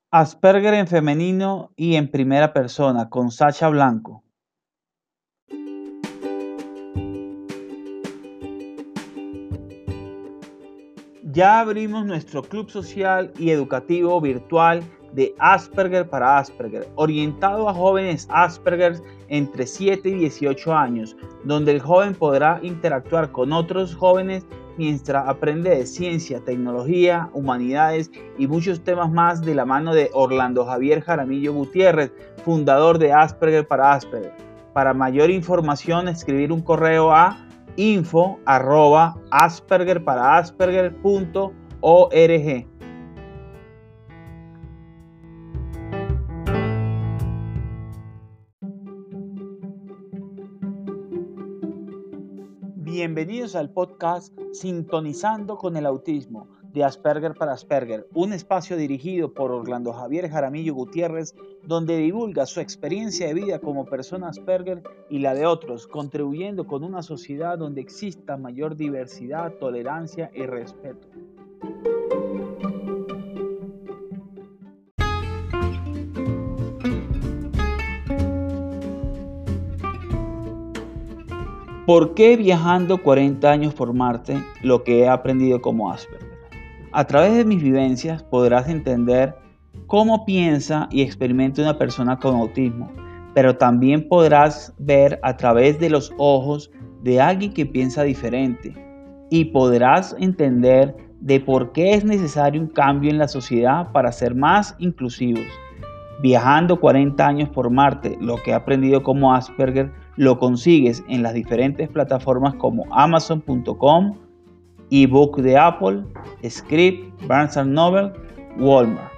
Asperger en femenino y en primera persona con Sacha Blanco. Ya abrimos nuestro club social y educativo virtual de Asperger para Asperger, orientado a jóvenes Asperger entre 7 y 18 años, donde el joven podrá interactuar con otros jóvenes mientras aprende de ciencia, tecnología, humanidades y muchos temas más de la mano de Orlando Javier Jaramillo Gutiérrez, fundador de Asperger para Asperger. Para mayor información, escribir un correo a info@aspergerparaasperger.org. Bienvenidos al podcast Sintonizando con el Autismo de Asperger para Asperger, un espacio dirigido por Orlando Javier Jaramillo Gutiérrez, donde divulga su experiencia de vida como persona Asperger y la de otros, contribuyendo con una sociedad donde exista mayor diversidad, tolerancia y respeto. ¿Por qué viajando 40 años por Marte lo que he aprendido como Asperger? A través de mis vivencias podrás entender cómo piensa y experimenta una persona con autismo, pero también podrás ver a través de los ojos de alguien que piensa diferente y podrás entender de por qué es necesario un cambio en la sociedad para ser más inclusivos. Viajando 40 años por Marte, lo que he aprendido como Asperger, lo consigues en las diferentes plataformas como Amazon.com, ebook de Apple, Script, Barnes Noble, Walmart.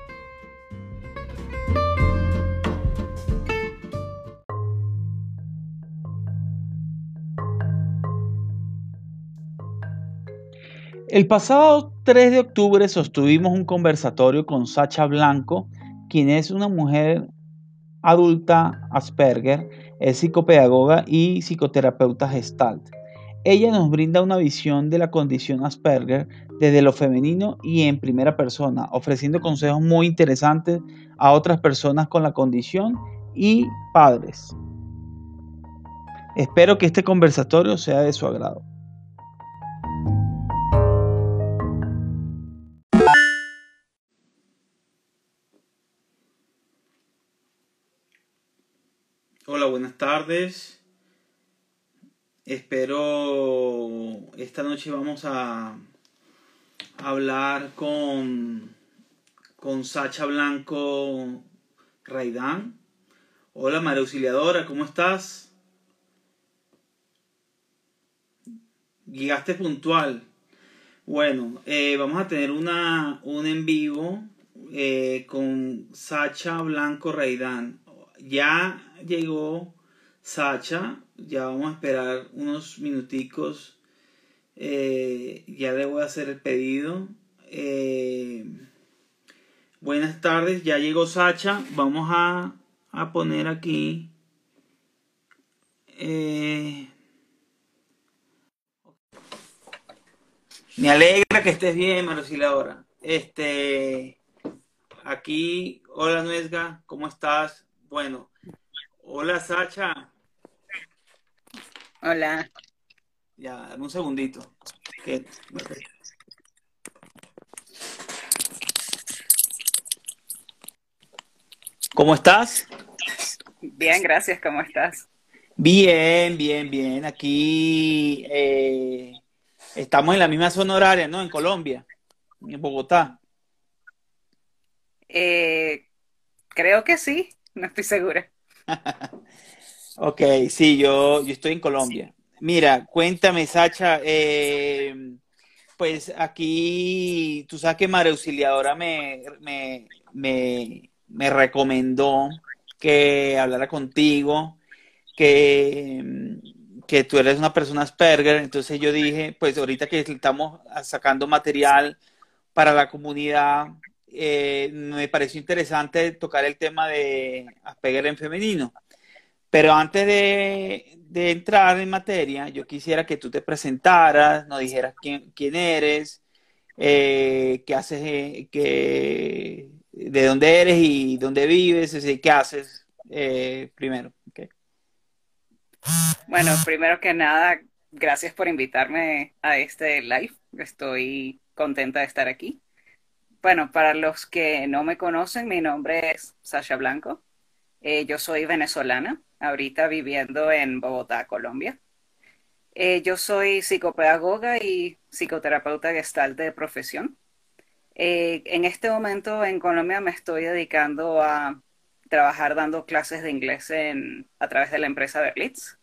El pasado 3 de octubre sostuvimos un conversatorio con Sacha Blanco, quien es una mujer adulta Asperger, es psicopedagoga y psicoterapeuta Gestalt. Ella nos brinda una visión de la condición Asperger desde lo femenino y en primera persona, ofreciendo consejos muy interesantes a otras personas con la condición y padres. Espero que este conversatorio sea de su agrado. Hola, buenas tardes. Espero esta noche vamos a hablar con Sacha Blanco Raidán. Hola, María Auxiliadora, ¿cómo estás? Llegaste puntual. Bueno, vamos a tener un en vivo con Sacha Blanco Raidán. Ya llegó Sacha, ya vamos a esperar unos minuticos. Ya le voy a hacer el pedido. Buenas tardes, ya llegó Sacha. Vamos a poner aquí. Me alegra que estés bien, Marociladora. Aquí, hola Nuesga, ¿cómo estás? Bueno, hola Sacha. Hola. Ya, dame un segundito. Que- ¿Cómo estás? Bien, gracias. ¿Cómo estás? Bien, bien, bien. Aquí estamos en la misma zona horaria, ¿no? En Colombia, en Bogotá. Eh, Creo que sí, no estoy segura. Ok, sí, yo estoy en Colombia. Mira, cuéntame, Sacha, pues aquí, tú sabes que María Auxiliadora me recomendó que hablara contigo, que tú eres una persona Asperger, entonces yo dije, pues ahorita que estamos sacando material para la comunidad, me pareció interesante tocar el tema de Asperger en femenino. Pero antes de entrar en materia, yo quisiera que tú te presentaras, nos dijeras quién eres, qué haces, de dónde eres y dónde vives, es decir, qué haces primero. Okay. Bueno, primero que nada, gracias por invitarme a este live. Estoy contenta de estar aquí. Bueno, para los que no me conocen, mi nombre es Sasha Blanco. Yo soy venezolana, ahorita viviendo en Bogotá, Colombia. Yo soy psicopedagoga y psicoterapeuta gestalt de profesión. En este momento en Colombia me estoy dedicando a trabajar dando clases de inglés a través de la empresa Berlitz.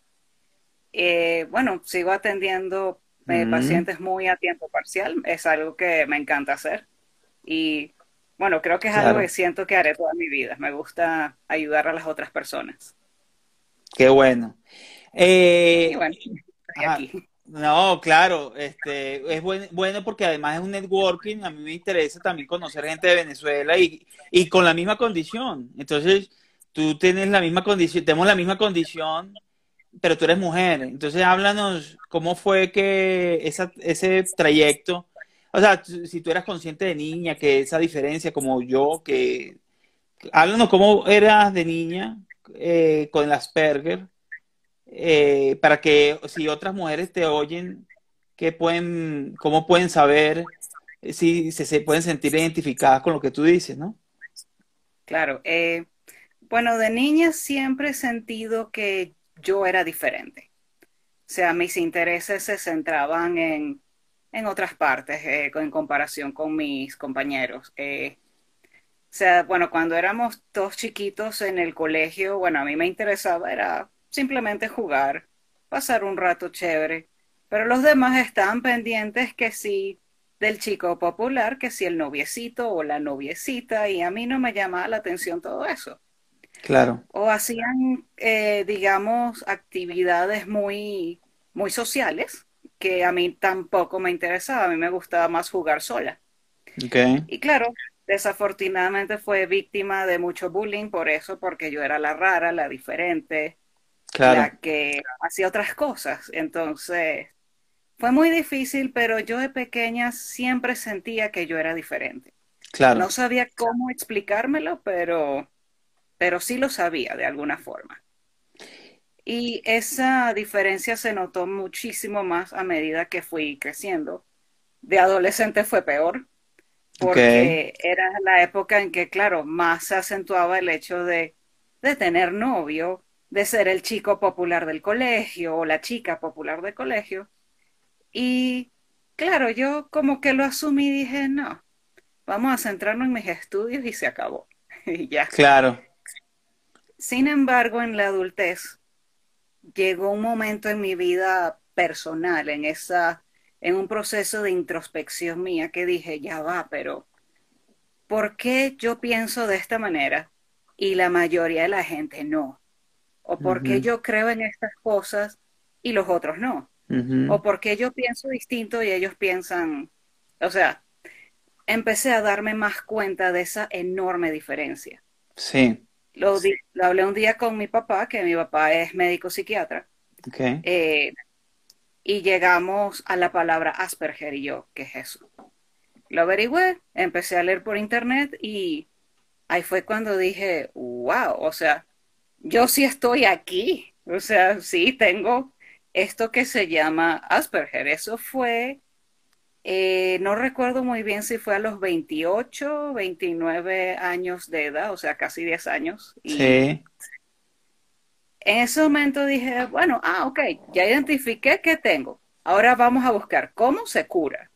Bueno, sigo atendiendo Mm, pacientes muy a tiempo parcial, es algo que me encanta hacer y bueno, creo que es algo que claro, siento que haré toda mi vida. Me gusta ayudar a las otras personas. qué bueno. Y Eh, bueno, estoy Ajá. aquí. No, claro, es bueno porque además es un networking, a mí me interesa también conocer gente de Venezuela y con la misma condición. Entonces, tú tienes la misma condición, tenemos la misma condición, pero tú eres mujer. Entonces, háblanos cómo fue que ese trayecto, o sea, si tú eras consciente de niña, que esa diferencia como yo, háblanos cómo eras de niña con el Asperger para que si otras mujeres te oyen, cómo pueden saber si se pueden sentir identificadas con lo que tú dices, ¿no? Claro, bueno, de niña siempre he sentido que yo era diferente. O sea, mis intereses se centraban en otras partes, en comparación con mis compañeros. O sea, bueno, cuando éramos todos chiquitos en el colegio, bueno, a mí me interesaba era simplemente jugar, pasar un rato chévere, pero los demás estaban pendientes que sí del chico popular, que sí el noviecito o la noviecita, y a mí no me llamaba la atención todo eso. Claro, O hacían, digamos, actividades muy sociales, que a mí tampoco me interesaba, a mí me gustaba más jugar sola. ok, Y claro, desafortunadamente fue víctima de mucho bullying por eso, porque yo era la rara, la diferente, claro, la que hacía otras cosas. Entonces, fue muy difícil, pero yo de pequeña siempre sentía que yo era diferente. No claro, sabía cómo explicármelo, pero sí lo sabía de alguna forma. Y esa diferencia se notó muchísimo más a medida que fui creciendo. De adolescente fue peor, ok, porque era la época en que, claro, más se acentuaba el hecho de tener novio, de ser el chico popular del colegio o la chica popular del colegio. Y claro, yo como que lo asumí y dije, no, vamos a centrarnos en mis estudios y se acabó. Y ya. claro, Sin embargo, en la adultez llegó un momento en mi vida personal, en un proceso de introspección mía que dije, ya va, pero ¿por qué yo pienso de esta manera y la mayoría de la gente no? ¿O por qué ujú, yo creo en estas cosas y los otros no? ujú, ¿O por qué yo pienso distinto y ellos piensan? O sea, empecé a darme más cuenta de esa enorme diferencia. sí, Lo hablé un día con mi papá, que mi papá es médico psiquiatra, ok, eh, y llegamos a la palabra Asperger y yo, ¿qué es eso? Lo averigüé, empecé a leer por internet y ahí fue cuando dije, wow, o sea, yo sí estoy aquí, o sea, sí tengo esto que se llama Asperger. Eso fue, no recuerdo muy bien si fue a los 28, 29 años de edad, o sea, casi 10 años. Y sí. en ese momento dije, bueno, ok, ya identifiqué qué tengo. Ahora vamos a buscar cómo se cura.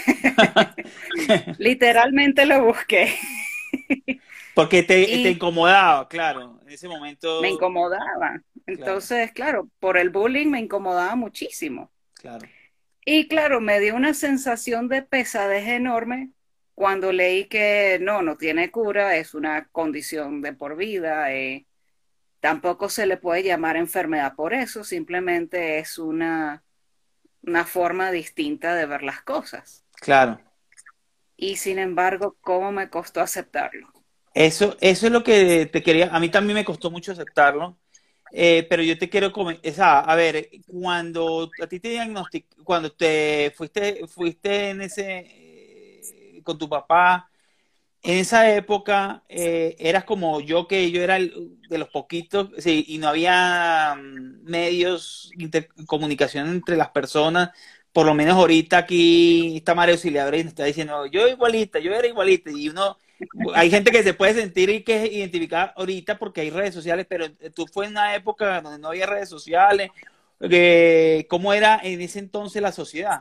Literalmente lo busqué. Porque te Y incomodaba, claro, en ese me momento, incomodaba. claro, Entonces, claro, por el bullying me incomodaba muchísimo. claro, Y claro, me dio una sensación de pesadez enorme cuando leí que no tiene cura, es una condición de por vida, tampoco se le puede llamar enfermedad por eso, simplemente es una forma distinta de ver las cosas. claro. Y sin embargo, ¿cómo me costó aceptarlo? Eso es lo que te quería, a mí también me costó mucho aceptarlo, pero yo te quiero comentar, a ver, cuando a ti te cuando te fuiste en con tu papá, en esa época eras como yo, que yo era de los poquitos, sí, y no había medios, comunicación entre las personas. Por lo menos ahorita aquí está María Auxiliadora y nos está diciendo, yo igualita, yo era igualita. Y uno, hay gente que se puede sentir y que identificar ahorita porque hay redes sociales, pero tú fue en una época donde no había redes sociales. ¿Cómo era en ese entonces la sociedad?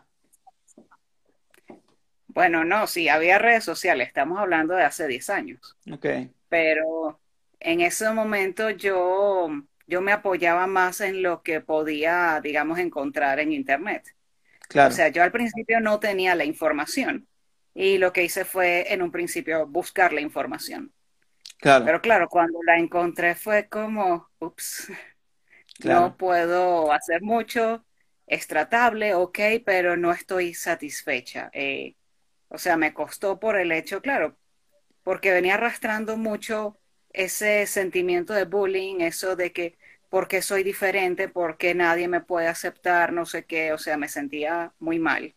Bueno, no, sí, había redes sociales, estamos hablando de hace 10 años, Ok, pero en ese momento yo me apoyaba más en lo que podía, digamos, encontrar en Internet. O claro, sea, yo al principio no tenía la información y lo que hice fue en un principio buscar la información. claro, Pero claro, cuando la encontré fue como, ups, claro. no puedo hacer mucho, es tratable, ok, pero no estoy satisfecha. O sea, me costó por el hecho, claro, porque venía arrastrando mucho ese sentimiento de bullying, eso de que porque soy diferente, porque nadie me puede aceptar, no sé qué, o sea, me sentía muy mal.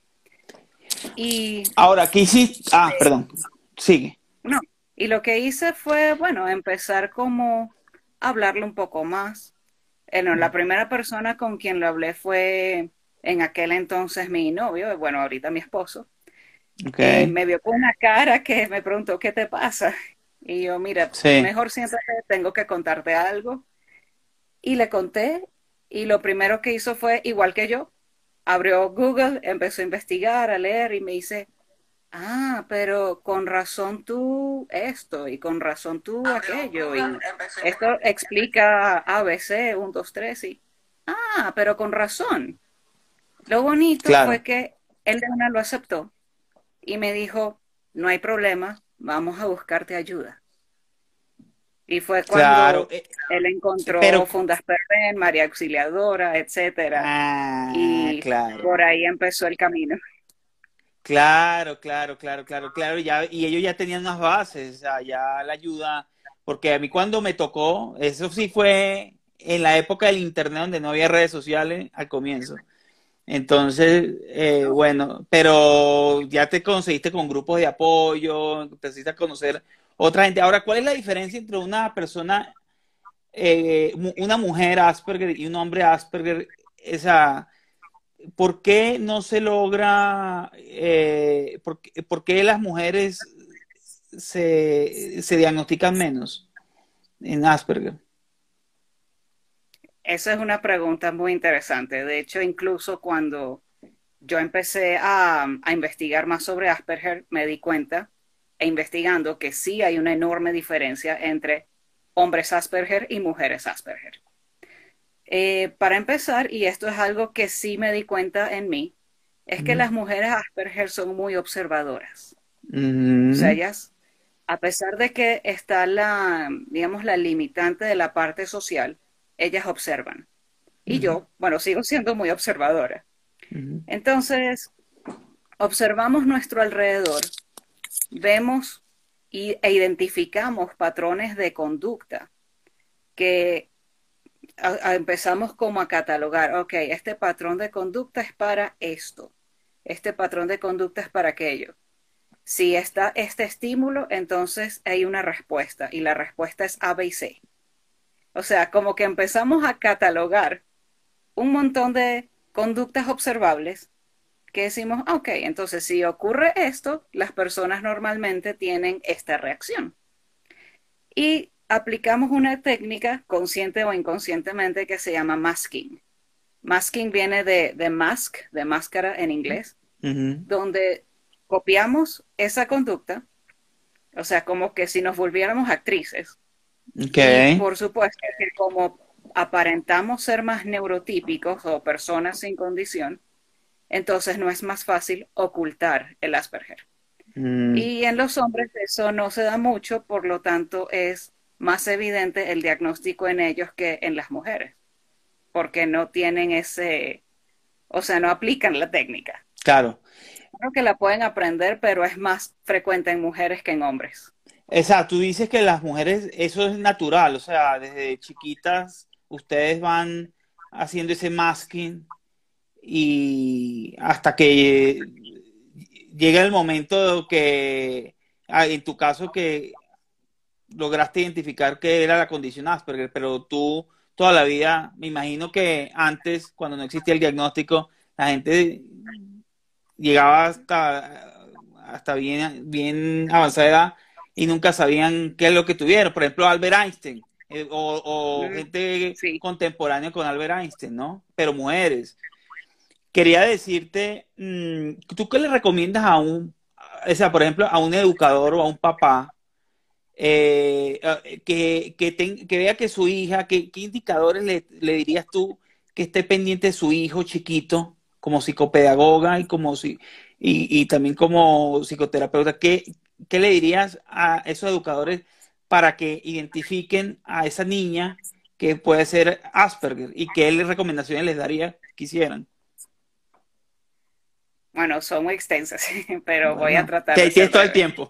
Y Ahora, ¿qué hiciste? Ah, perdón, sigue. no, y lo que hice fue, bueno, empezar como a hablarle un poco más. No, la primera persona con quien lo hablé fue en aquel entonces mi novio, bueno, ahorita mi esposo. Ok, Me vio con una cara que me preguntó, ¿qué te pasa? Y yo, mira, sí, mejor siéntate, tengo que contarte algo. Y le conté, y lo primero que hizo fue, igual que yo, abrió Google, empezó a investigar, a leer, y me dice, ah, pero con razón tú esto, y con razón tú aquello, y esto explica ABC, 1, 2, 3, y, ah, pero con razón. Lo bonito claro, fue que él de una lo aceptó y me dijo, no hay problema, vamos a buscarte ayuda. Y fue claro, cuando él encontró pero, Fundas Perben, María Auxiliadora, etcétera, y claro, por ahí empezó el camino. claro, claro, claro, claro, claro, ya, y ellos ya tenían unas bases, o sea, ya la ayuda, porque a mí cuando me tocó, eso sí fue en la época del internet donde no había redes sociales al comienzo. Entonces, bueno, pero ya te conseguiste con grupos de apoyo, empezaste a conocer otra gente. Ahora, ¿cuál es la diferencia entre una persona, una mujer Asperger y un hombre Asperger? Esa, ¿por qué no se logra, por qué las mujeres se diagnostican menos en Asperger? Esa es una pregunta muy interesante. De hecho, incluso cuando yo empecé a investigar más sobre Asperger, me di cuenta, e investigando, que sí hay una enorme diferencia entre hombres Asperger y mujeres Asperger. Para empezar, y esto es algo que sí me di cuenta en mí, es que Ujú. las mujeres Asperger son muy observadoras. O sea, Ujú, ellas, a pesar de que está la, digamos, la limitante de la parte social, ellas observan. Y ujú, yo, bueno, sigo siendo muy observadora. ujú, Entonces, observamos nuestro alrededor, vemos e identificamos patrones de conducta que empezamos como a catalogar, ok, este patrón de conducta es para esto, este patrón de conducta es para aquello. Si está este estímulo, entonces hay una respuesta y la respuesta es A, B y C. O sea, como que empezamos a catalogar un montón de conductas observables que decimos, ok, entonces si ocurre esto, las personas normalmente tienen esta reacción. Y aplicamos una técnica consciente o inconscientemente que se llama masking. Masking viene de mask, de máscara en inglés, ujú. donde copiamos esa conducta, o sea, como que si nos volviéramos actrices. Ok, Y por supuesto que como aparentamos ser más neurotípicos o personas sin condición, entonces no es más fácil ocultar el Asperger. mm, Y en los hombres eso no se da mucho, por lo tanto es más evidente el diagnóstico en ellos que en las mujeres, porque no tienen ese, o sea, no aplican la técnica. claro. Creo que la pueden aprender, pero es más frecuente en mujeres que en hombres. Exacto, tú dices que las mujeres, eso es natural, o sea, desde chiquitas ustedes van haciendo ese masking y hasta que llega el momento que en tu caso que lograste identificar que era la condición Asperger, pero tú toda la vida, me imagino que antes, cuando no existía el diagnóstico, la gente llegaba hasta bien avanzada edad y nunca sabían qué es lo que tuvieron. Por ejemplo, Albert Einstein, o Mm, gente sí. contemporánea con Albert Einstein, ¿no? Pero mujeres. Quería decirte, ¿tú qué le recomiendas o sea, por ejemplo, a un educador o a un papá que vea que su hija, qué indicadores le dirías tú que esté pendiente de su hijo chiquito como psicopedagoga y también como psicoterapeuta? ¿Qué le dirías a esos educadores para que identifiquen a esa niña que puede ser Asperger y qué recomendaciones les daría que quisieran? Bueno, son muy extensas, pero voy a Bueno, tratar de ser tienes todo el breve. tiempo.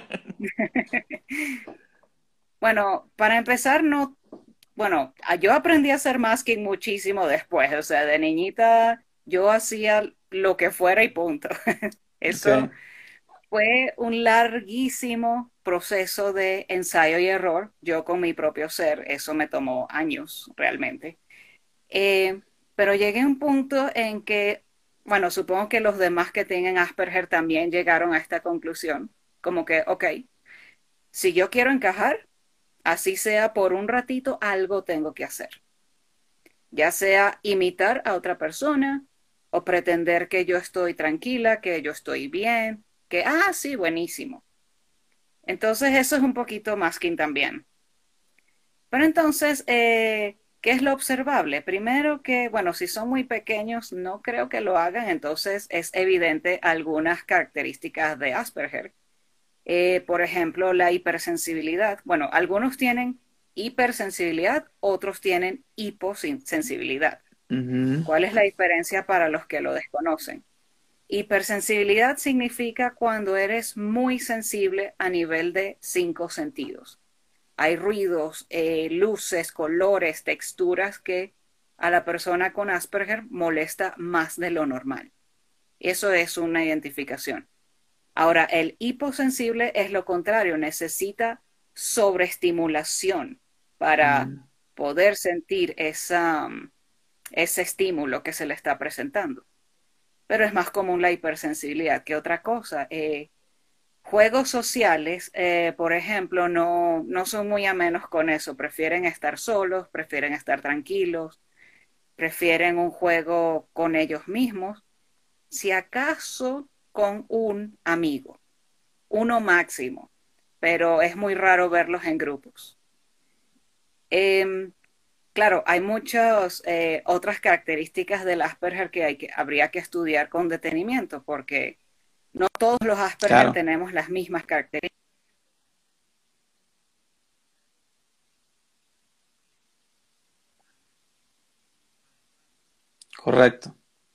Bueno, para empezar, no, bueno, yo aprendí a hacer masking muchísimo después, o sea, de niñita yo hacía lo que fuera y punto. Eso Ok. fue un larguísimo proceso de ensayo y error, yo con mi propio ser, eso me tomó años realmente. Eh, pero llegué a un punto en que, bueno, supongo que los demás que tienen Asperger también llegaron a esta conclusión, como que, ok, si yo quiero encajar, así sea por un ratito, algo tengo que hacer, ya sea imitar a otra persona o pretender que yo estoy tranquila, que yo estoy bien, que, sí, buenísimo. Entonces eso es un poquito masking también. Pero entonces, ¿qué es lo observable? Primero que, bueno, si son muy pequeños, no creo que lo hagan, entonces es evidente algunas características de Asperger. Por ejemplo, la hipersensibilidad. Bueno, algunos tienen hipersensibilidad, otros tienen hiposensibilidad. Ujú. ¿Cuál es la diferencia para los que lo desconocen? Hipersensibilidad significa cuando eres muy sensible a nivel de 5 sentidos. Hay ruidos, luces, colores, texturas que a la persona con Asperger molesta más de lo normal. Eso es una identificación. Ahora, el hiposensible es lo contrario, necesita sobreestimulación para Mm. poder sentir ese estímulo que se le está presentando. Pero es más común la hipersensibilidad que otra cosa. Juegos sociales, por ejemplo, no son muy amenos con eso. Prefieren estar solos, prefieren estar tranquilos, prefieren un juego con ellos mismos, si acaso con un amigo, uno máximo, pero es muy raro verlos en grupos. Eh, claro, hay muchas otras características del Asperger habría que estudiar con detenimiento, porque no todos los Asperger Claro, tenemos las mismas características. correcto.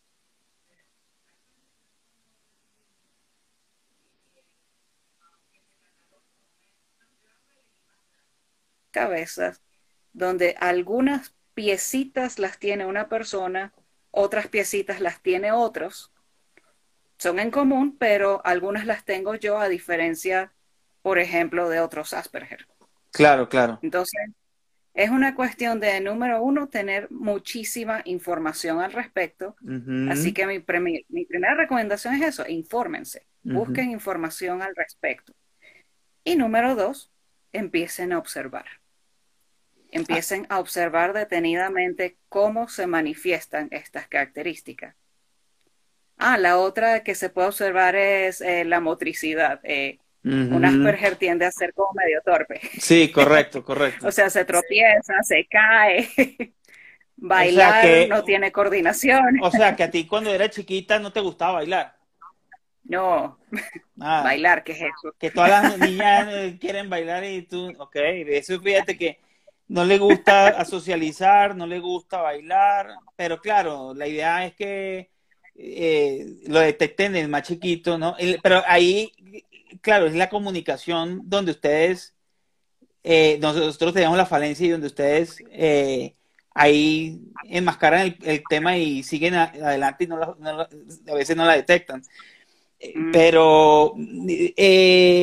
Cabezas, donde algunas piecitas las tiene una persona, otras piecitas las tiene otros. Son en común, pero algunas las tengo yo a diferencia, por ejemplo, de otros Asperger. Claro, claro. Entonces, es una cuestión de, número uno, tener muchísima información al respecto. Así Ujú, que mi primera recomendación es eso, infórmense, ujú. busquen información al respecto. Y número dos, empiecen a observar. Ah, Empiecen a observar detenidamente cómo se manifiestan estas características. La otra que se puede observar es la motricidad. Un ujú. Asperger tiende a ser como medio torpe. Sí, correcto, O correcto. sea, se tropieza, se cae, O sea bailar que, no tiene coordinación. o sea que a ti cuando eras chiquita no te gustaba bailar. No, Nada. bailar, ¿qué es eso? Que todas las niñas quieren bailar y tú, ok, eso fíjate que no le gusta a socializar, no le gusta bailar, pero claro, la idea es que lo detecten el más chiquito, ¿no? Pero ahí, claro, es la comunicación donde ustedes, nosotros tenemos la falencia y donde ustedes ahí enmascaran el tema y siguen adelante y a veces no la detectan. Mm, Pero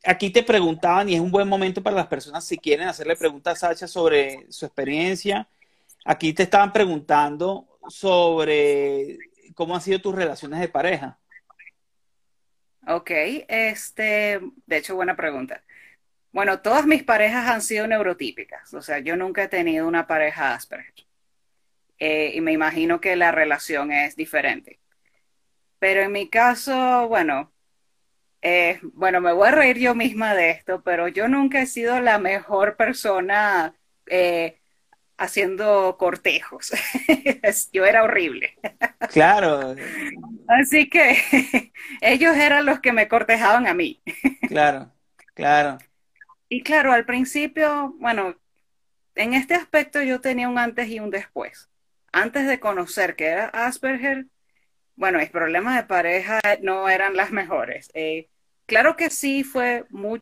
aquí te preguntaban, y es un buen momento para las personas si quieren hacerle preguntas a Sacha sobre su experiencia. Aquí te estaban preguntando sobre cómo han sido tus relaciones de pareja. Ok, de hecho, buena pregunta. Bueno, todas mis parejas han sido neurotípicas, o sea, yo nunca he tenido una pareja Asperger. Y me imagino que la relación es diferente. Pero en mi caso, bueno, me voy a reír yo misma de esto, pero yo nunca he sido la mejor persona eh, haciendo cortejos. Yo era horrible. Claro, Así que ellos eran los que me cortejaban a mí. claro, claro. Y claro, al principio, bueno, en este aspecto yo tenía un antes y un después. Antes de conocer que era Asperger, bueno, mis problemas de pareja no eran las mejores. Claro que sí fue mucho.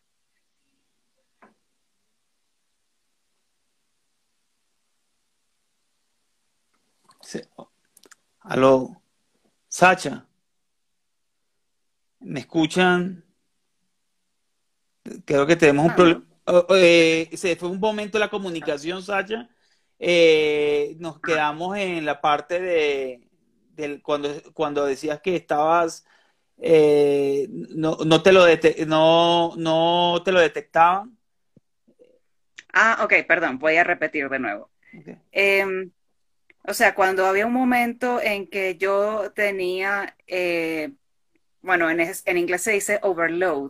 Sí. Aló, Sacha, ¿me escuchan? Creo que tenemos un problema. Se fue un momento la comunicación, Sacha. Nos quedamos en la parte cuando decías que estabas, no te lo detectaban. Ok, perdón, voy a repetir de nuevo. Okay. Em, o sea, cuando había un momento en que yo tenía, bueno, en inglés se dice overload,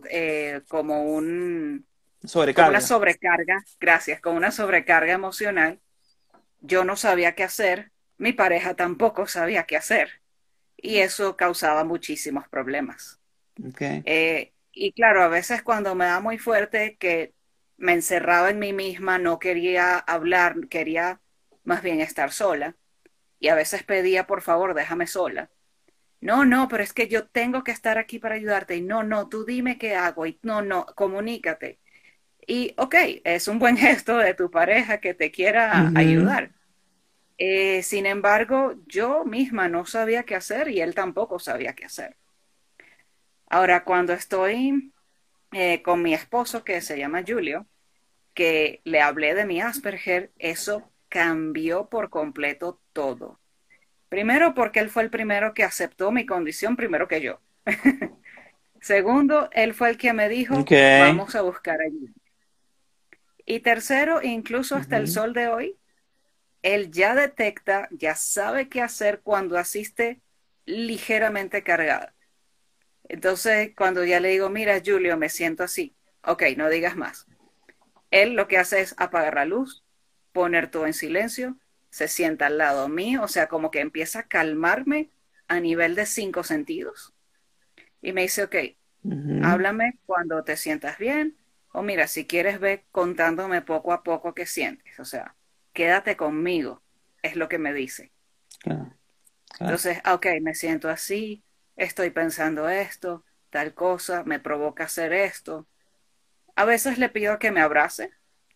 como una Sobrecarga. sobrecarga, gracias, con una sobrecarga emocional, yo no sabía qué hacer, mi pareja tampoco sabía qué hacer, y eso causaba muchísimos problemas. Okay. Y claro, a veces cuando me da muy fuerte que me encerraba en mí misma, no quería hablar, quería más bien estar sola, y a veces pedía, por favor, déjame sola. No, no, pero es que yo tengo que estar aquí para ayudarte. Y no, no, tú dime qué hago. Y no, no, comunícate. Y ok, es un buen gesto de tu pareja que te quiera Ujú. ayudar. Sin embargo, yo misma no sabía qué hacer y él tampoco sabía qué hacer. Ahora, cuando estoy con mi esposo, que se llama Julio, que le hablé de mi Asperger, eso cambió por completo todo. Primero, porque él fue el primero que aceptó mi condición primero que yo. Segundo, él fue el que me dijo, Okay. vamos a buscar ayuda. Y tercero, incluso hasta el Ujú. sol de hoy, él ya detecta, ya sabe qué hacer cuando asiste ligeramente cargada. Entonces, cuando ya le digo, mira, Julio, me siento así, ok, no digas más. Él lo que hace es apagar la luz, poner todo en silencio, se sienta al lado mío, o sea, como que empieza a calmarme a nivel de 5 sentidos y me dice, ok, Ujú. háblame cuando te sientas bien, o mira, si quieres ve contándome poco a poco qué sientes, o sea, quédate conmigo, es lo que me dice. Claro, claro. Entonces, ok, me siento así, estoy pensando esto, tal cosa, me provoca hacer esto. A veces le pido que me abrace,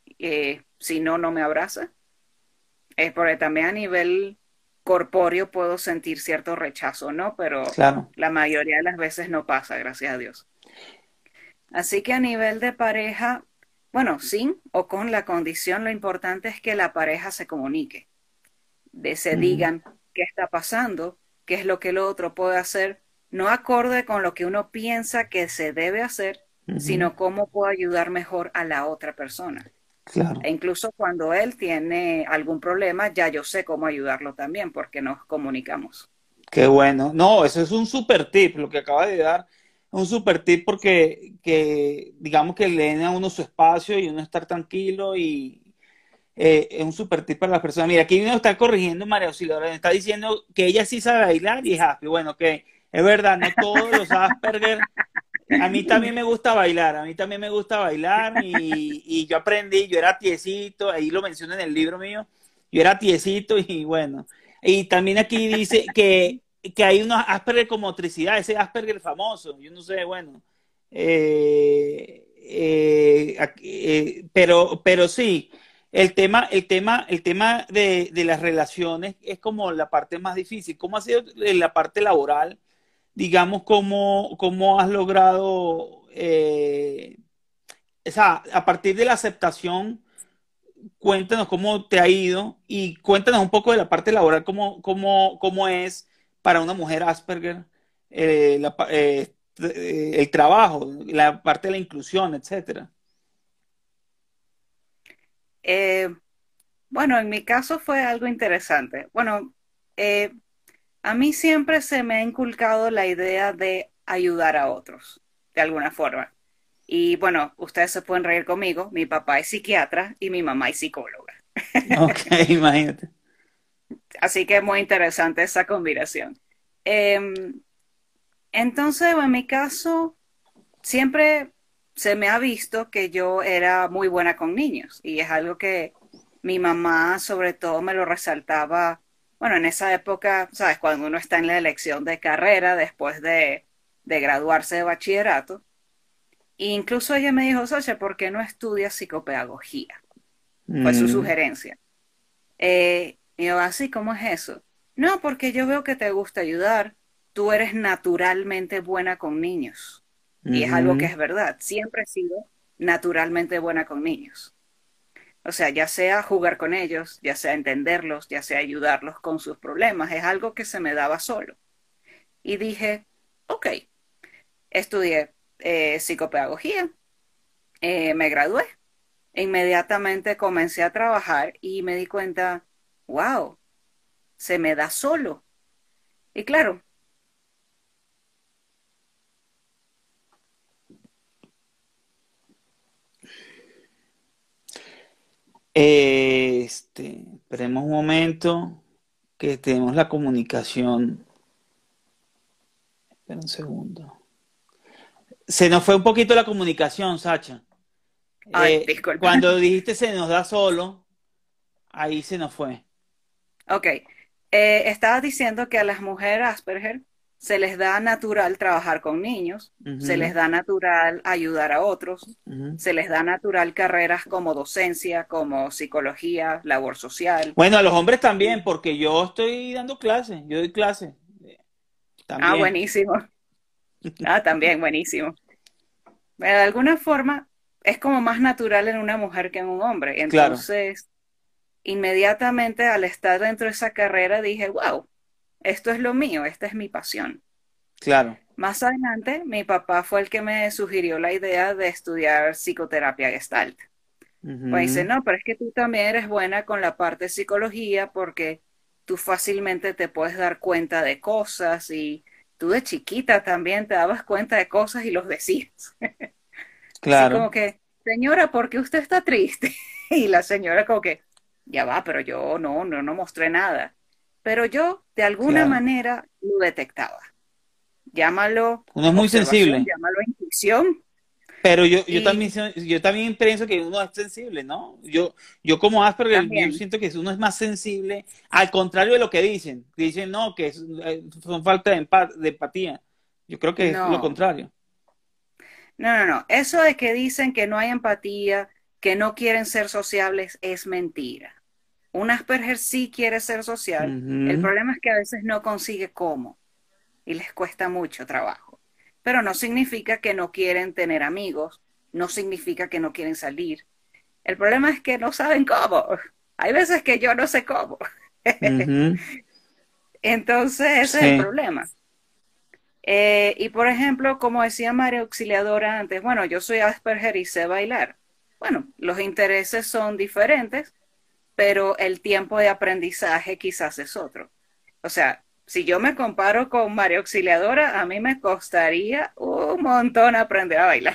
si no, no me abraza. Es porque también a nivel corpóreo puedo sentir cierto rechazo, ¿no? Pero Claro. la mayoría de las veces no pasa, gracias a Dios. Así que a nivel de pareja, bueno, sin o con la condición, lo importante es que la pareja se comunique, se Ujú. digan qué está pasando, qué es lo que el otro puede hacer, no acorde con lo que uno piensa que se debe hacer, Ujú. sino cómo puedo ayudar mejor a la otra persona. Claro. E incluso cuando él tiene algún problema, ya yo sé cómo ayudarlo también porque nos comunicamos. Qué bueno. No, eso es un super tip, lo que acaba de dar. Un super tip porque digamos que le den a uno su espacio y uno estar tranquilo y es un super tip para las personas. Mira, aquí uno está corrigiendo María Auxiliadora, está diciendo que ella sí sabe bailar y es happy. Bueno, que es verdad, no todos los Asperger. A mí también me gusta bailar, a mí también me gusta bailar y yo aprendí, yo era tiesito, ahí lo menciono en el libro mío, yo era tiesito y bueno. Y también aquí dice que hay unos Asperger con motricidad, ese Asperger famoso, yo no sé, bueno. Pero sí, el tema de las relaciones es como la parte más difícil. ¿Cómo ha sido la parte laboral? Digamos, cómo has logrado o sea, a partir de la aceptación, cuéntanos cómo te ha ido y cuéntanos un poco de la parte laboral, cómo es para una mujer Asperger el trabajo, la parte de la inclusión, etcétera. Eh, bueno, en mi caso fue algo interesante. Bueno, eh, a mí siempre se me ha inculcado la idea de ayudar a otros, de alguna forma. Y bueno, ustedes se pueden reír conmigo, mi papá es psiquiatra y mi mamá es psicóloga. Ok, imagínate. Así que es muy interesante esa combinación. Em, entonces, en mi caso, siempre se me ha visto que yo era muy buena con niños y es algo que mi mamá sobre todo me lo resaltaba, bueno, en esa época, ¿sabes? Cuando uno está en la elección de carrera después de graduarse de bachillerato. E incluso ella me dijo, Sasha, ¿por qué no estudias psicopedagogía? Fue su Mm, sugerencia. Y yo, así, ¿cómo es eso? No, porque yo veo que te gusta ayudar. Tú eres naturalmente buena con niños. Y es algo que ujú. es verdad. Siempre he sido naturalmente buena con niños. O sea, ya sea jugar con ellos, ya sea entenderlos, ya sea ayudarlos con sus problemas, es algo que se me daba solo. Y dije, ok, estudié psicopedagogía, me gradué, e inmediatamente comencé a trabajar y me di cuenta, wow, se me da solo. Y claro, Esperemos un momento que tenemos la comunicación. Espera un segundo. Se nos fue un poquito la comunicación, Sacha. ay, disculpa. Cuando dijiste se nos da solo, ahí se nos fue. Ok, estaba diciendo que a las mujeres Asperger se les da natural trabajar con niños, se Ujú, les da natural ayudar a otros, ujú. se les da natural carreras como docencia, como psicología, labor social. Bueno, a los hombres también, porque yo estoy dando clases, yo doy clases Ah, también. buenísimo. Ah, también, buenísimo. De alguna forma es como más natural en una mujer que en un hombre. Claro, Entonces, inmediatamente al estar dentro de esa carrera dije, wow, esto es lo mío, esta es mi pasión. claro. Más adelante, mi papá fue el que me sugirió la idea de estudiar psicoterapia Gestalt. Pues dice, Ujú, no, pero es que tú también eres buena con la parte de psicología porque tú fácilmente te puedes dar cuenta de cosas y tú de chiquita también te dabas cuenta de cosas y los decías. Así como claro, que, señora, ¿por qué usted está triste? Y la señora como que, ya va, pero yo no mostré nada. Pero yo de alguna claro. manera lo detectaba. Llámalo Uno es muy observación, sensible. llámalo intuición. Pero yo también, Y yo también pienso que uno es sensible, ¿no? Yo como Asperger, yo también, siento que uno es más sensible, al contrario de lo que dicen. Dicen, no, que son falta de empatía. Yo creo que es lo no, contrario. no. Eso de que dicen que no hay empatía, que no quieren ser sociables, es mentira. Un Asperger sí quiere ser social. El Ujú, problema es que a veces no consigue cómo y les cuesta mucho trabajo. Pero no significa que no quieren tener amigos, no significa que no quieren salir. El problema es que no saben cómo. Hay veces que yo no sé cómo. ujú, Entonces, ese es el sí, problema. Y por ejemplo, como decía María Auxiliadora antes, bueno, yo soy Asperger y sé bailar. Bueno, los intereses son diferentes, pero el tiempo de aprendizaje quizás es otro. O sea, si yo me comparo con María Auxiliadora, a mí me costaría un montón aprender a bailar.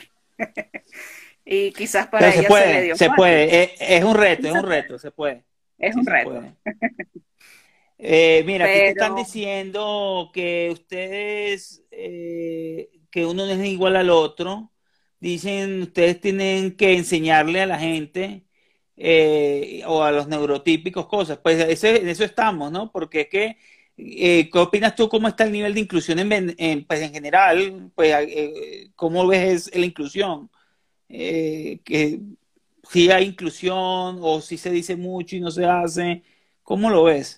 Y quizás pero para ella se le dio se fácil. puede, Sí es se un puede. reto, se puede, Es sí un se reto. puede. Mira, aquí te están Pero diciendo que ustedes, que uno no es igual al otro. Dicen, ustedes tienen que enseñarle a la gente o a los neurotípicos cosas. Pues en eso estamos, ¿no? Porque es que, ¿qué opinas tú? ¿Cómo está el nivel de inclusión pues en general? Pues, ¿cómo ves la inclusión? Que si hay inclusión o si se dice mucho y no se hace. ¿Cómo lo ves?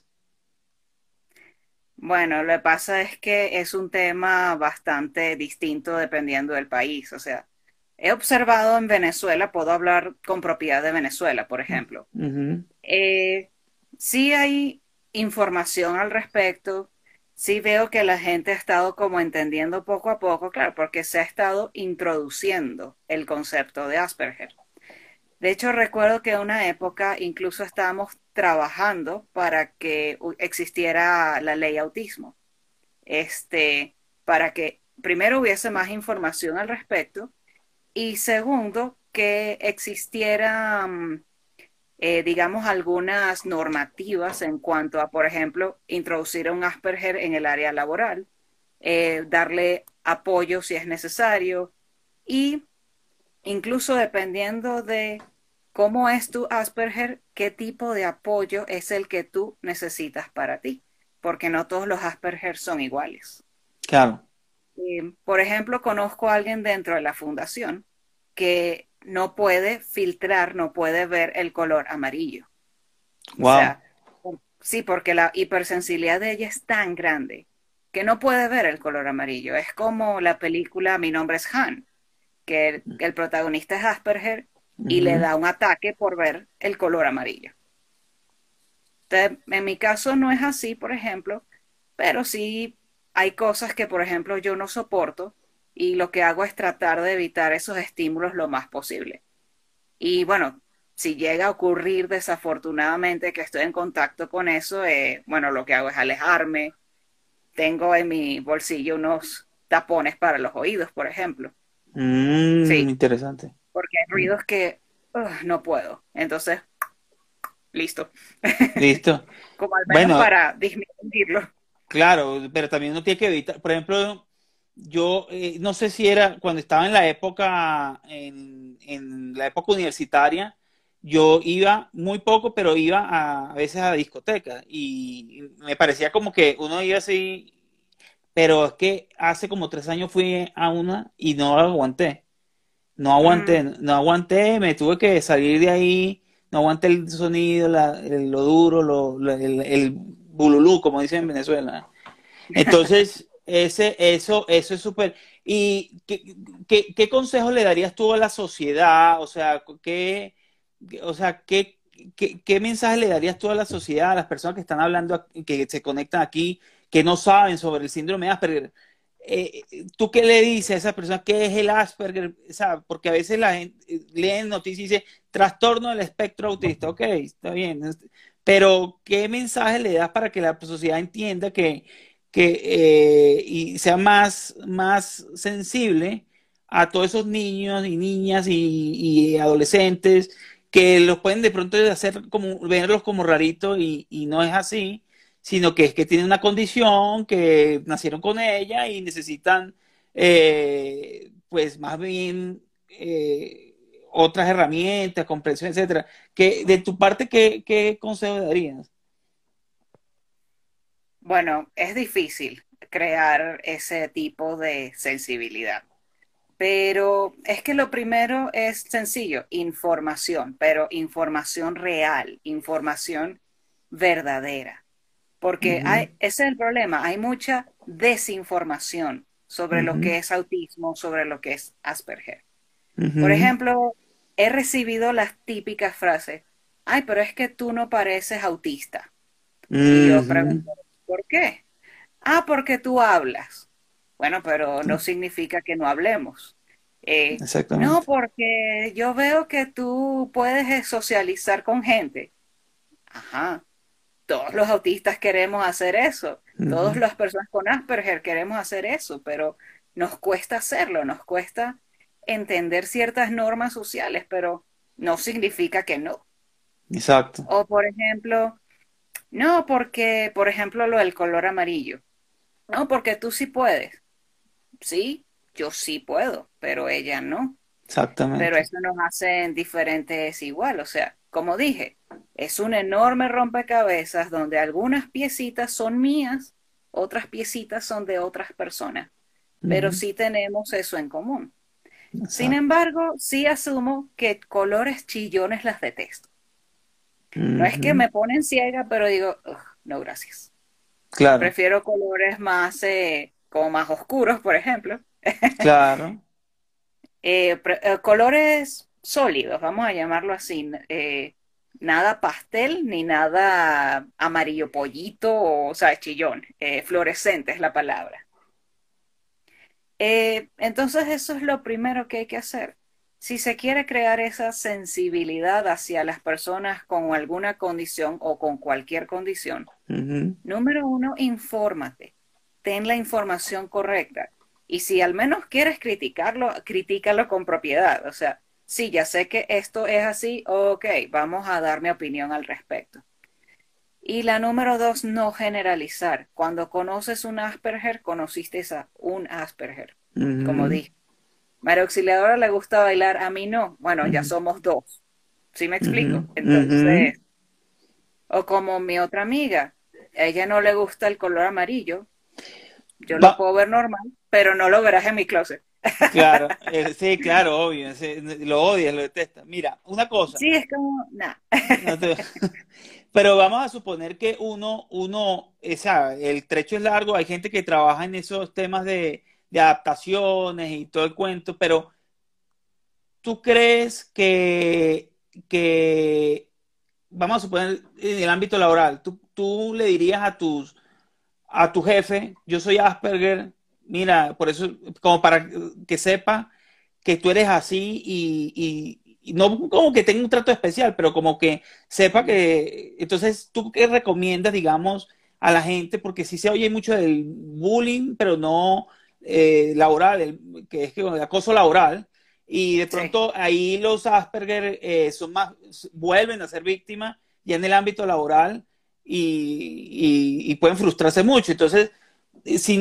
bueno, lo que pasa es que es un tema bastante distinto dependiendo del país. O sea, he observado en Venezuela, puedo hablar con propiedad de Venezuela, por ejemplo. Ujú. Eh, sí hay información al respecto, sí veo que la gente ha estado como entendiendo poco a poco, claro, porque se ha estado introduciendo el concepto de Asperger. De hecho, recuerdo que en una época incluso estábamos trabajando para que existiera la ley autismo, este, para que primero hubiese más información al respecto y segundo, que existiera, digamos, algunas normativas en cuanto a, por ejemplo, introducir un Asperger en el área laboral, darle apoyo si es necesario y incluso dependiendo de cómo es tu Asperger, qué tipo de apoyo es el que tú necesitas para ti, porque no todos los Asperger son iguales. Claro. Por ejemplo, conozco a alguien dentro de la fundación que no puede filtrar, no puede ver el color amarillo. O Wow. sea, sí, porque la hipersensibilidad de ella es tan grande que no puede ver el color amarillo. Es como la película Mi nombre es Han, que el protagonista es Asperger y le Ujú. da un ataque por ver el color amarillo. Entonces, en mi caso no es así, por ejemplo, pero sí hay cosas que, por ejemplo, yo no soporto y lo que hago es tratar de evitar esos estímulos lo más posible. Y bueno, si llega a ocurrir desafortunadamente que estoy en contacto con eso, bueno, lo que hago es alejarme. Tengo en mi bolsillo unos tapones para los oídos, por ejemplo. Sí, Interesante. porque hay ruidos que no puedo. Entonces, listo. Listo. Como al menos Bueno, para disminuirlo. claro, pero también uno tiene que evitar, por ejemplo, yo no sé si era cuando estaba en la época, en la época universitaria, yo iba muy poco, pero iba a veces a discotecas y me parecía como que uno iba así, pero es que hace como 3 años fui a una y no la aguanté. No aguanté, Mm, no aguanté, me tuve que salir de ahí, no aguanté el sonido, lo duro, el bululú, como dicen en Venezuela. Entonces, eso es súper. ¿Y qué consejo le darías tú a la sociedad? O sea, o sea, qué mensaje le darías tú a la sociedad, a las personas que están hablando, que se conectan aquí, que no saben sobre el síndrome de Asperger? Eh, ¿Tú qué le dices a esas personas? ¿Qué es el Asperger? O sea, porque a veces la gente lee noticias y dice trastorno del espectro autista. Ok, está bien. Pero, ¿qué mensaje le das para que la sociedad entienda y sea más sensible a todos esos niños y niñas y adolescentes que los pueden de pronto hacer como verlos como raritos y no es así, sino que es que tienen una condición, que nacieron con ella y necesitan pues más bien otras herramientas, comprensión, etcétera. De tu parte, ¿qué consejo darías? bueno, es difícil crear ese tipo de sensibilidad, pero es que lo primero es sencillo, información, pero información real, información verdadera, porque Ujú, ese es el problema, hay mucha desinformación sobre lo ujú, que es autismo, sobre lo que es Asperger. Por ujú, ejemplo, he recibido las típicas frases, ay, pero es que tú no pareces autista. Y yo ujú. pregunto, ¿por qué? Ah, porque tú hablas. Bueno, pero no significa que no hablemos. No, Exactamente. porque yo veo que tú puedes socializar con gente. Ajá, todos los autistas queremos hacer eso. Todas Ujú. las personas con Asperger queremos hacer eso, pero nos cuesta hacerlo, nos cuesta entender ciertas normas sociales, pero no significa que no. Exacto. O por ejemplo, no, porque, por ejemplo, lo del color amarillo. No, porque tú sí puedes. Sí, yo sí puedo, pero ella no. Pero Exactamente. eso nos hace diferentes igual. O sea, como dije, es un enorme rompecabezas donde algunas piecitas son mías, otras piecitas son de otras personas, pero Ujú. sí tenemos eso en común. Sin Exacto. embargo, sí asumo que colores chillones las detesto. No es que Ujú. me ponen ciega, pero digo, "Ugh, no, gracias. Claro, Prefiero colores más, como más oscuros, por ejemplo. claro. Colores sólidos, vamos a llamarlo así. Nada pastel ni nada amarillo pollito o sea, chillón. Fluorescente es la palabra. Entonces eso es lo primero que hay que hacer. Si se quiere crear esa sensibilidad hacia las personas con alguna condición o con cualquier condición, Ujú, número uno, infórmate, ten la información correcta. Y si al menos quieres criticarlo, critícalo con propiedad. O sea, sí, ya sé que esto es así, ok, vamos a dar mi opinión al respecto. Y la número dos, no generalizar. Cuando conoces un Asperger, conociste a un Asperger, como ujú, dije. María Auxiliadora le gusta bailar, a mí no. Bueno, ya ujú, somos dos. ¿Sí me ujú, explico? ujú. Entonces, o como mi otra amiga, a ella no le gusta el color amarillo. Yo lo Va- puedo ver normal, pero no lo verás en mi closet. claro, sí, claro, obvio, lo odias, lo detestas. Mira, una cosa, Sí, es como, nada. no te- pero vamos a suponer que esa, el trecho es largo, hay gente que trabaja en esos temas de adaptaciones y todo el cuento, pero ¿tú crees que vamos a suponer en el ámbito laboral, tú le dirías a tu jefe, yo soy Asperger, mira, por eso, como para que sepa que tú eres así y no como que tenga un trato especial, pero como que sepa que, entonces, ¿tú qué recomiendas, digamos, a la gente? Porque sí se oye mucho del bullying, pero no laboral, que es que el acoso laboral. Y de Sí. pronto ahí los Asperger son más, vuelven a ser víctimas ya en el ámbito laboral y pueden frustrarse mucho. Entonces, si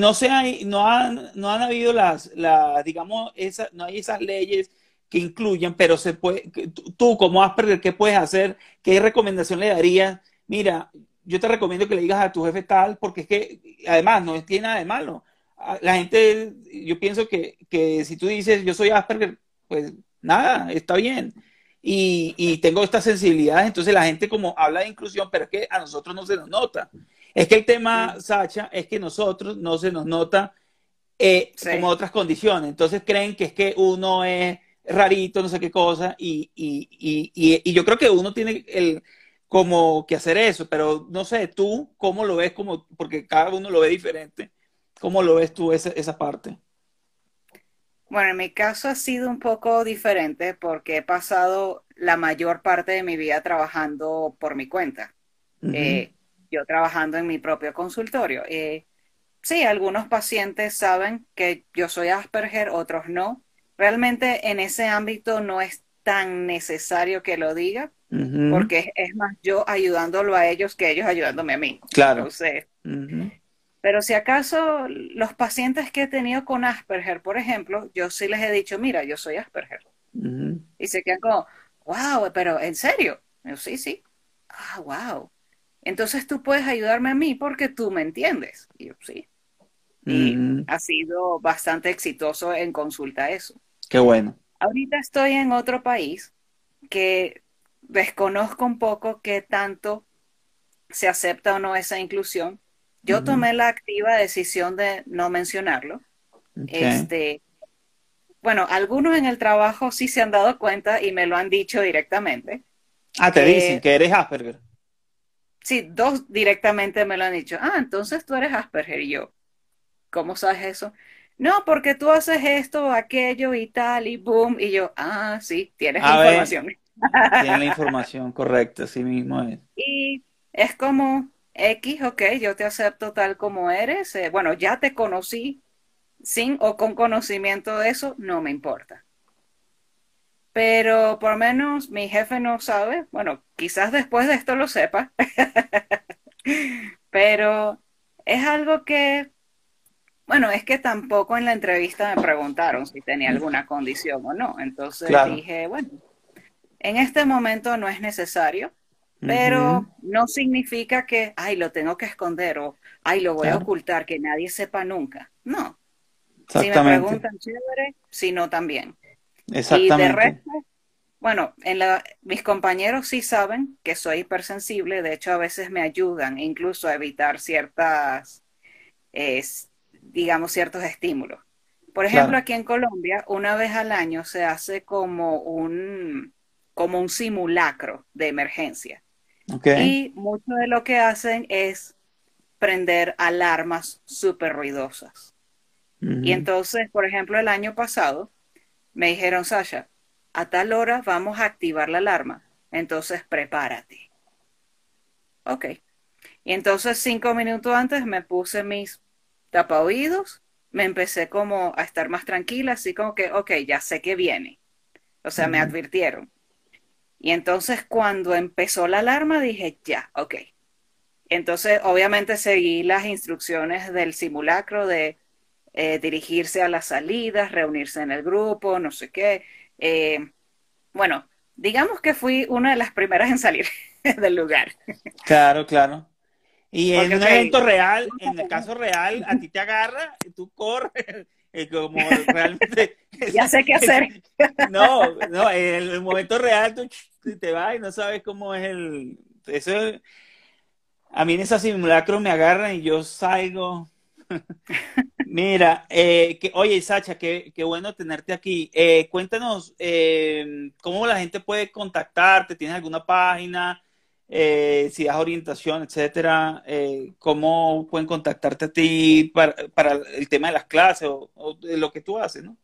no han habido digamos, no hay esas leyes que incluyan, pero se puede, tú como Asperger, ¿qué puedes hacer? ¿Qué recomendación le darías? Mira, yo te recomiendo que le digas a tu jefe tal, porque es que además no tiene nada de malo. La gente, yo pienso que si tú dices yo soy Asperger, pues nada, está bien. Y tengo esta sensibilidad, entonces la gente como habla de inclusión, pero es que a nosotros no se nos nota. Es que el tema, Mm, Sacha, es que nosotros no se nos nota como sí. otras condiciones. Entonces creen que es que uno es rarito, no sé qué cosa, y yo creo que uno tiene como que hacer eso, pero no sé, tú, ¿cómo lo ves? Como, porque cada uno lo ve diferente. ¿Cómo lo ves tú esa parte? Bueno, en mi caso ha sido un poco diferente porque he pasado la mayor parte de mi vida trabajando por mi cuenta. Ujú, Eh, yo trabajando en mi propio consultorio. Sí, algunos pacientes saben que yo soy Asperger, otros no. Realmente en ese ámbito no es tan necesario que lo diga, ujú, porque es más yo ayudándolo a ellos que ellos ayudándome a mí. claro. Entonces, Ujú, pero si acaso los pacientes que he tenido con Asperger, por ejemplo, yo sí les he dicho, mira, yo soy Asperger. ujú, Y se quedan como, wow, pero ¿en serio? Yo, sí, sí. Ah, wow. Entonces tú puedes ayudarme a mí porque tú me entiendes. Y yo, sí. Y ujú. ha sido bastante exitoso en consulta eso. Qué bueno. Ahorita estoy en otro país que desconozco un poco qué tanto se acepta o no esa inclusión. Yo Ujú, tomé la activa decisión de no mencionarlo. ok. Este, bueno, algunos en el trabajo sí se han dado cuenta y me lo han dicho directamente. Ah, te dicen Eh, que eres Asperger. sí, dos directamente me lo han dicho. Ah, entonces tú eres Asperger y yo. ¿Cómo sabes eso? No, porque tú haces esto, aquello y tal, y boom, y yo, ah, sí, tienes A ver, información. tienen la información correcta, así mismo es. Y es como X, ok, yo te acepto tal como eres. Bueno, ya te conocí sin o con conocimiento de eso, no me importa. Pero por lo menos mi jefe no sabe, bueno, quizás después de esto lo sepa, pero es algo que, bueno, es que tampoco en la entrevista me preguntaron si tenía alguna condición o no. Entonces Claro. dije, bueno, en este momento no es necesario, Ujú, pero no significa que, ay, lo tengo que esconder o, ay, lo voy a claro, ocultar, que nadie sepa nunca. No, si me exactamente, preguntan, chévere, si no, también. Y de exactamente. resto, bueno, mis compañeros sí saben que soy hipersensible, de hecho a veces me ayudan incluso a evitar ciertas, digamos, ciertos estímulos. Por ejemplo, Claro. aquí en Colombia, una vez al año se hace como un simulacro de emergencia. Ok. Y mucho de lo que hacen es prender alarmas súper ruidosas. Y Ujú, entonces, por ejemplo, el año pasado me dijeron, Sasha, a tal hora vamos a activar la alarma. Entonces, prepárate. Ok. Y entonces 5 minutos antes me puse mis tapaoídos, me empecé como a estar más tranquila, así como que, ok, ya sé que viene. O sea, me ujú. advirtieron. Y entonces cuando empezó la alarma dije, ya, ok. Entonces, obviamente seguí las instrucciones del simulacro de dirigirse a las salidas, reunirse en el grupo, no sé qué. Eh, bueno, digamos que fui una de las primeras en salir del lugar. Claro, claro. Y en Porque, un ok, evento real, en el caso real, a ti te agarra, tú corres, como realmente, ya sé qué hacer. no, no, en el momento real tú te vas y no sabes cómo es eso, a mí en esa simulacro me agarran y yo salgo. Mira, oye, Sacha, qué bueno tenerte aquí. Cuéntanos cómo la gente puede contactarte, ¿tienes alguna página? Si das orientación, etcétera, ¿cómo pueden contactarte a ti para el tema de las clases o de lo que tú haces, ¿no?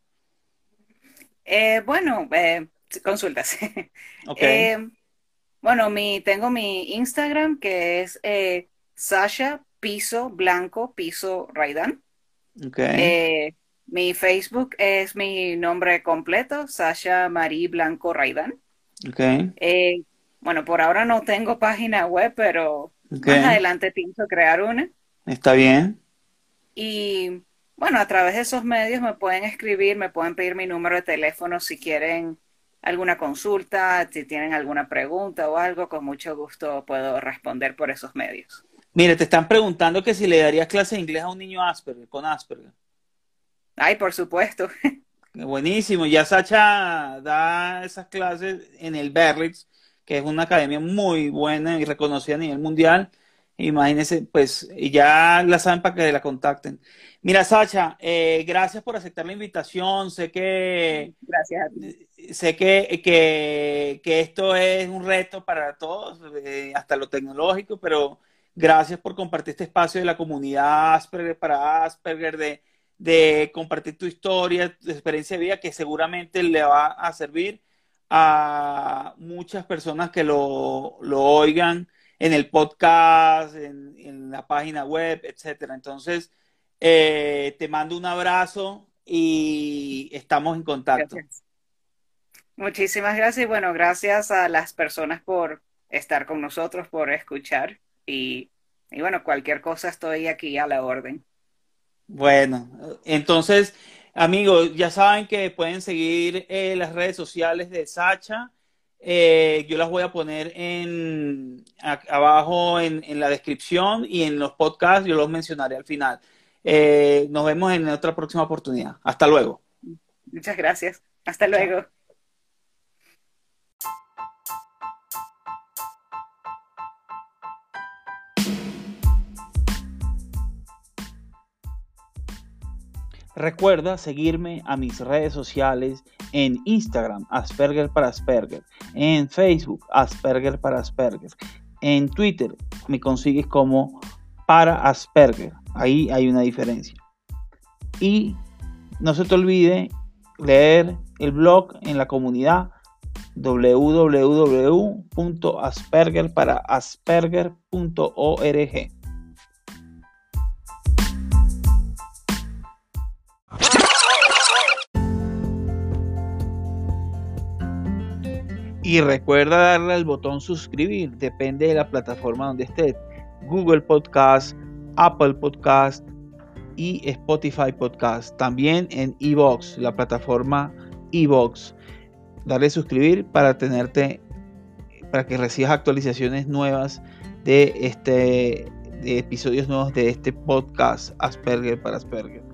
Bueno, consultas. Ok, Eh, bueno, tengo mi Instagram que es Sasha Piso Blanco Piso Raidán. ok, Eh, Mi Facebook es mi nombre completo, Sasha Marie Blanco Raidán. ok, Eh, bueno, por ahora no tengo página web, pero ok, más adelante pienso crear una. está bien. Y bueno, a través de esos medios me pueden escribir, me pueden pedir mi número de teléfono si quieren alguna consulta, si tienen alguna pregunta o algo, con mucho gusto puedo responder por esos medios. Mire, te están preguntando que si le darías clase de inglés a un niño Asperger, con Asperger. Ay, por supuesto. Buenísimo, ya Sacha da esas clases en el Berlitz, que es una academia muy buena y reconocida a nivel mundial. Imagínense, pues, y ya la saben para que la contacten. Mira, Sacha, gracias por aceptar la invitación. Gracias a ti. Sé que esto es un reto para todos, hasta lo tecnológico, pero gracias por compartir este espacio de la comunidad Asperger para Asperger, de compartir tu historia, tu experiencia de vida, que seguramente le va a servir a muchas personas que lo oigan en el podcast, en la página web, etcétera. Entonces, te mando un abrazo y estamos en contacto. Gracias. Muchísimas gracias y bueno, gracias a las personas por estar con nosotros, por escuchar y bueno, cualquier cosa estoy aquí a la orden. Bueno, entonces, amigos, ya saben que pueden seguir las redes sociales de Sacha. Yo las voy a poner abajo en la descripción y en los podcasts, yo los mencionaré al final. Nos vemos en otra próxima oportunidad. Hasta luego. Muchas gracias. Hasta Chao. luego. Recuerda seguirme a mis redes sociales en Instagram, Asperger para Asperger, en Facebook, Asperger para Asperger, en Twitter me consigues como para Asperger, ahí hay una diferencia. Y no se te olvide leer el blog en la comunidad www.aspergerparaasperger.org. Y recuerda darle al botón suscribir, depende de la plataforma donde estés. Google Podcast, Apple Podcast y Spotify Podcast. También en iVoox, la plataforma iVoox. Darle suscribir para para que recibas actualizaciones nuevas de episodios nuevos de este podcast Asperger para Asperger.